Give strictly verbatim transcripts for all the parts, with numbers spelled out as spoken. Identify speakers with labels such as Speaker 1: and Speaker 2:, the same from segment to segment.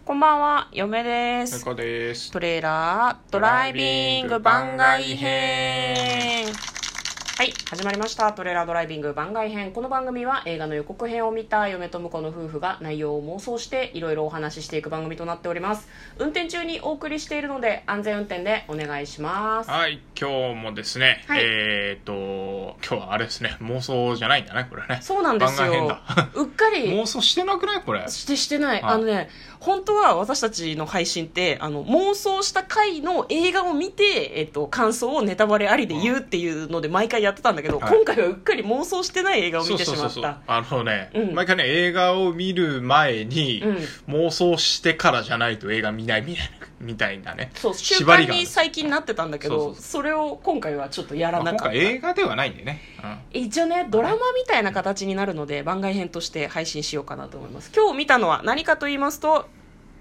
Speaker 1: こんばんは、嫁です。
Speaker 2: 猫です。
Speaker 1: トレーラードライビング番外編。はい、始まりました。トレーラードライビング番外編。この番組は映画の予告編を見た嫁と婿の夫婦が内容を妄想していろいろお話ししていく番組となっております。運転中にお送りしているので安全運転でお願いします。
Speaker 2: はい、今日もですね、はい、えーと今日はあれですね、妄想じゃないんだね、これね。
Speaker 1: そうなんですよ。
Speaker 2: 番外編だ。
Speaker 1: うっかり
Speaker 2: 妄想してなくないこれ。
Speaker 1: してしてない。あのね、本当は私たちの配信ってあの妄想した回の映画を見て、えっと、感想をネタバレありで言うっていうので毎回やってたんだけど、はい、今回はうっかり妄想してない映画を見てしまった。そうそうそうそう、
Speaker 2: あのね、
Speaker 1: うん、
Speaker 2: 毎回ね映画を見る前に、うん、妄想してからじゃないと映画見ない見ないみたいなね、
Speaker 1: そう習慣に最近なってたんだけど、そうそうそう、それを今回はちょっとやらなかった。
Speaker 2: まあ、今回映画ではないんでね、
Speaker 1: うん、一応ねドラマみたいな形になるので番外編として配信しようかなと思います。今日見たのは何かと言いますと、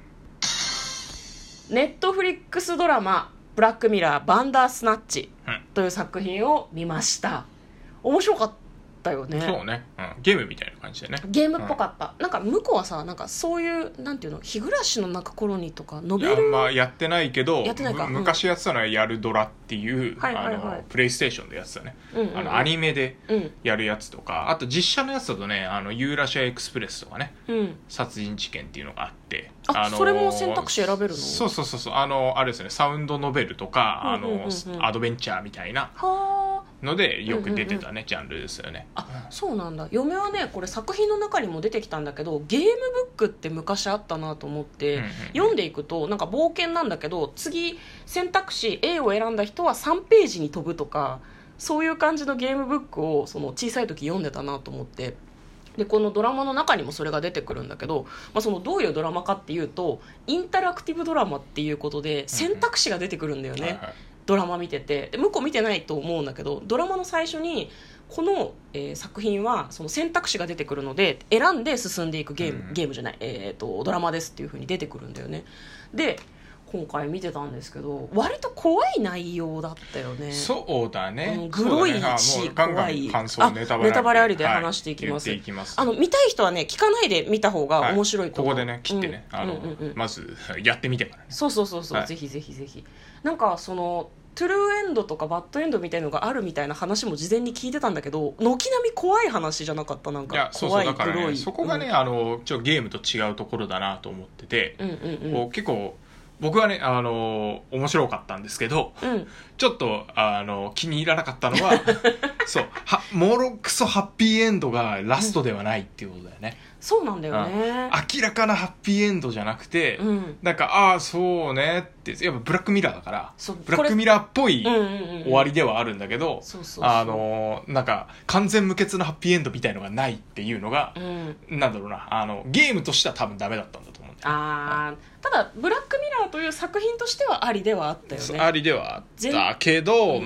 Speaker 1: ネットフリックスドラマブラックミラーバンダースナッチという作品を見ました。面白かったよね。
Speaker 2: そうね、うん、ゲームみたいな感じでね。
Speaker 1: ゲームっぽかった、うん、なんか向こうはさ、なんかそういうなんていうの、日暮らしの中頃にとかノベル、
Speaker 2: いや、まあ、やってないけど、
Speaker 1: やってないか、うん、
Speaker 2: 昔やってたのはやるドラっていう、はいはいはい、あのプレイステーションでやってたね、うんうんうん、あのアニメでやるやつとか、うん、あと実写のやつだとね、あのユーラシアエクスプレスとかね、うん、殺人事件っていうのがあって、
Speaker 1: あ、あのー、それも選択肢選べるの？
Speaker 2: そうそうそうそう、あのあれですね、サウンドノベルとか、あの、うんうんうんうん、アドベンチャーみたいなのでよく出てたね、うんうんうん、ジャンルですよね。
Speaker 1: あ、そうなんだ。嫁はね、これ作品の中にも出てきたんだけど、ゲームブックって昔あったなと思って、うんうんうん、読んでいくとなんか冒険なんだけど、次選択肢 A を選んだ人はさんページに飛ぶとか、そういう感じのゲームブックをその小さい時読んでたなと思って、でこのドラマの中にもそれが出てくるんだけど、まあ、そのどういうドラマかっていうとインタラクティブドラマっていうことで選択肢が出てくるんだよね、うんうん、はいはい、ドラマ見てて。で向こう見てないと思うんだけど、ドラマの最初にこの、えー、作品はその選択肢が出てくるので選んで進んでいくゲーム、うん、ゲームじゃない、えー、とドラマですっていう風に出てくるんだよね。で今回見てたんですけど、割と怖い内容だったよね。
Speaker 2: そうだね、
Speaker 1: うん、グロいし、ね、怖い。
Speaker 2: 感想ネタバレあり、
Speaker 1: ネタバレありで話していきます、はい、
Speaker 2: きます。
Speaker 1: あの見たい人はね、聞かないで見た方が面白いと思う、
Speaker 2: はい、ここでね切ってね、うん、あの、うんうんうん、まずやってみてからね。
Speaker 1: そうそうそうそう、はい、ぜひぜひぜひ。なんかそのトゥルーエンドとかバッドエンドみたいのがあるみたいな話も事前に聞いてたんだけど、軒並み怖い話じゃなかった。なんか怖い、
Speaker 2: いや、そうそう、だからね、
Speaker 1: 黒い、
Speaker 2: そこがね、うん、あのちょっとゲームと違うところだなと思ってて、うんうんうん、こう結構僕はね、あの面白かったんですけど、うん、ちょっとあの気に入らなかったのはそうは、もろくそハッピーエンドがラストではないっていうことだよね、うん、
Speaker 1: そうなんだよね。
Speaker 2: 明らかなハッピーエンドじゃなくて、うん、なんかああそうねって、やっぱブラックミラーだからブラックミラーっぽい終わりではあるんだけど、あのなんか完全無欠のハッピーエンドみたいのがないっていうのが、うん、なんだろうな、あのゲームとしては多分ダメだったんだと思う。
Speaker 1: あ、ただブラックミラーという作品としてはありではあったよね。
Speaker 2: ありではあったけど、うん、うん、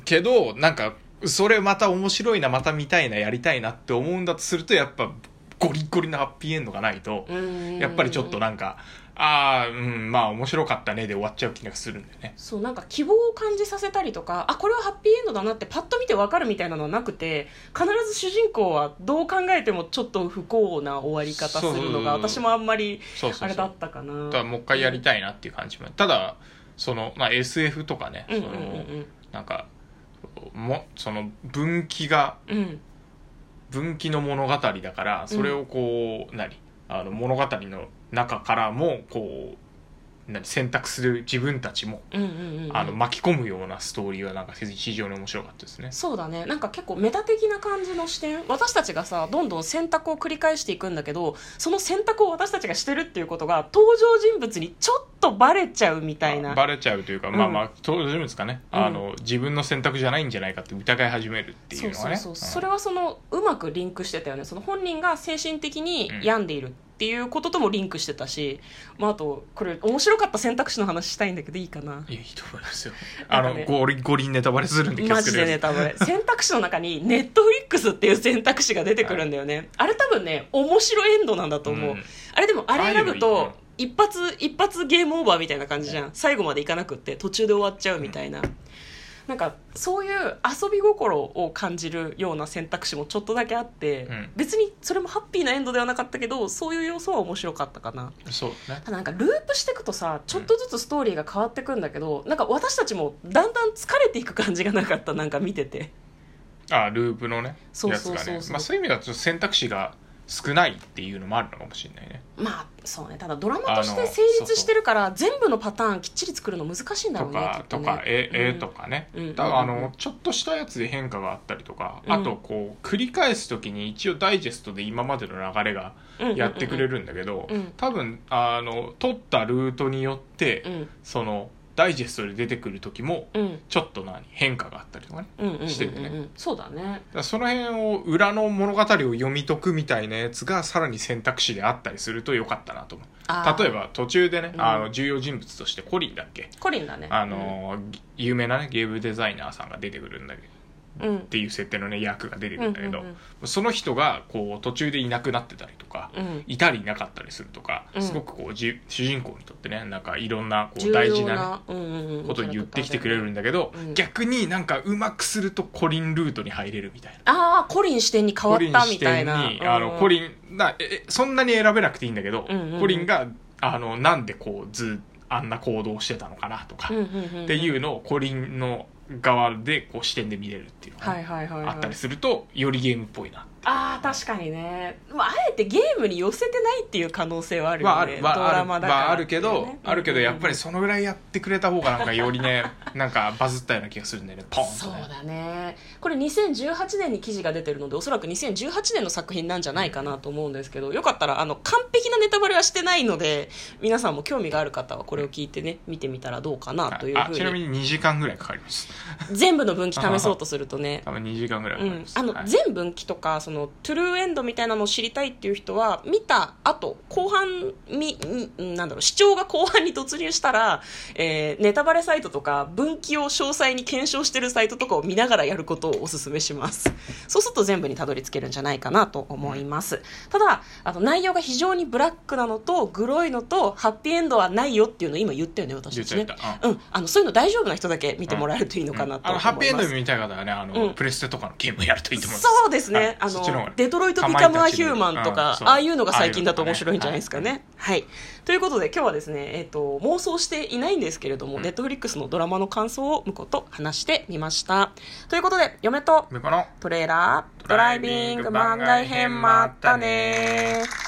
Speaker 2: けどなんかそれまた面白いな、また見たいな、やりたいなって思うんだとすると、やっぱゴリゴリのハッピーエンドがないと、やっぱりちょっとなんか、ああ、うん、まあ面白かったねで終わっちゃう気がするんだよね。
Speaker 1: そう、なんか希望を感じさせたりとか、あ、これはハッピーエンドだなってパッと見て分かるみたいなのはなくて、必ず主人公はどう考えてもちょっと不幸な終わり方するのが、私もあんまりあれだったかな。
Speaker 2: そうそうそう、だからもう一回やりたいなっていう感じも、うん、ただその、まあ、エスエフ とかね、その、うんうんうん、なんかもその分岐が、うん、分岐の物語だから、それをこう、うん、何あの物語の中からもこう何選択する自分たちも、うんうんうんうん、あの巻き込むようなストーリーはなんか非常に面白かったですね。
Speaker 1: そうだね、なんか結構メタ的な感じの視点、私たちがさどんどん選択を繰り返していくんだけど、その選択を私たちがしてるっていうことが登場人物にちょっとバレちゃうみたいな、
Speaker 2: バレちゃうというか、うん、まあまあ登場人物かね、うん、あの自分の選択じゃないんじゃないかって疑い始めるっていうのはね、
Speaker 1: そうそうそう、うん、それはそのうまくリンクしてたよね。その本人が精神的に病んでいる、うんっていうことともリンクしてたし、まあ、あとこれ面白かった選択肢の話したいんだけどいいかな。
Speaker 2: いや、いいと思いますよ。あの、ね、ゴリゴリネタバレするんで気をつけて。
Speaker 1: マジでネタバレ。選択肢の中にネットフリックスっていう選択肢が出てくるんだよね、はい、あれ多分ね面白いエンドなんだと思う、うん、あれでもあれ選ぶと一発一発ゲームオーバーみたいな感じじゃん、最後までいかなくって途中で終わっちゃうみたいな、うん、 なんかそういう遊び心を感じるような選択肢もちょっとだけあって、うん、別にそれもハッピーなエンドではなかったけど、そういう要素は面白かったかな。
Speaker 2: そうね。
Speaker 1: ただなんかループしていくとさ、ちょっとずつストーリーが変わっていくんだけど、うん、なんか私たちもだんだん疲れていく感じがなかった。なんか見てて、
Speaker 2: ああループのねやつがね、まあそういう意味だと選択肢が少ないっていうのもあるのかもしれないね。
Speaker 1: まあそうね。ただドラマとして成立してるから全部のパターンきっちり作るの難しいんだろうね。
Speaker 2: とか、ね、とか絵、うん、とかね、うん、多分あのちょっとしたやつで変化があったりとか、うん、あとこう繰り返す時に一応ダイジェストで今までの流れがやってくれるんだけど、うんうんうん、多分あの取ったルートによって、うん、そのダイジェストで出てくる時もちょっと何変化があったりとかね、うん、しててね。
Speaker 1: そうだね。
Speaker 2: だその辺を裏の物語を読み解くみたいなやつがさらに選択肢であったりするとよかったなと思う。例えば途中でね、うん、あの重要人物としてコリンだっけ、
Speaker 1: コリンだね、
Speaker 2: あの、うん、有名なねゲームデザイナーさんが出てくるんだけど、うん、っていう設定のね役が出てくるんだけど、うんうんうん、その人がこう途中でいなくなってたりとか、うん、いたりいなかったりするとか、うん、すごくこう主人公にとってねなんかいろんなこう大事な、ね、うんうん、ことを言ってきてくれるんだけど、うん、逆になんかうまくするとコリンルートに入れるみたいな。
Speaker 1: ああコリン視点に変わったみたいな。
Speaker 2: コリン視点に、あのコリンなえそんなに選べなくていいんだけど、うんうんうん、コリンがあのなんでこうずあんな行動してたのかなとか、うんうんうんうん、っていうのをコリンの側でこう視点で見れるっていうのが、ね、はいはいはいはい、あったりするとよりゲームっぽいな。
Speaker 1: あー確かにね、まあ、あえてゲームに寄せてないっていう可能性はあるよね、
Speaker 2: まあ、
Speaker 1: ドラマだから、ね、
Speaker 2: まあ、あるけど、ね、あるけどやっぱりそのぐらいやってくれた方がなんかよりねなんかバズったような気がするんだよね、ポンとね。
Speaker 1: そうだね。これにせんじゅうはちねんに記事が出てるのでおそらくにせんじゅうはちねんの作品なんじゃないかなと思うんですけど、よかったらあの完璧なネタバレはしてないので皆さんも興味がある方はこれを聞いてね見てみたらどうかなというふうに。
Speaker 2: あちなみににじかんぐらいかかります
Speaker 1: 全部の分岐試そうとするとね
Speaker 2: 多分にじかんぐらいかかります、
Speaker 1: うん、あの、はい、全分岐とかそのトゥルーエンドみたいなのを知りたいっていう人は見た後後半みなんだろう視聴が後半に突入したら、えー、ネタバレサイトとか分岐を詳細に検証してるサイトとかを見ながらやることをお勧めします。そうすると全部にたどり着けるんじゃないかなと思います。ただあの内容が非常にブラックなのとグロいのとハッピーエンドはないよっていうのを今言ったよね私たちね。うん、あのそういうの大丈夫な人だけ見てもらえるといいのかなと思います。
Speaker 2: うん、あのハッピーエンド見たい方はねあの、うん、プレステとかのゲームやるといいと思います。
Speaker 1: そうですね、はい、あのデトロイトビカムアヒューマンとか、うん、ああいうのが最近だと面白いんじゃないですかね。はい、ということで今日はですね、えーと、妄想していないんですけれども、ネットフリックスのドラマの感想を向こうと話してみました。ということで嫁とトレーラードライビング番外編もあったね。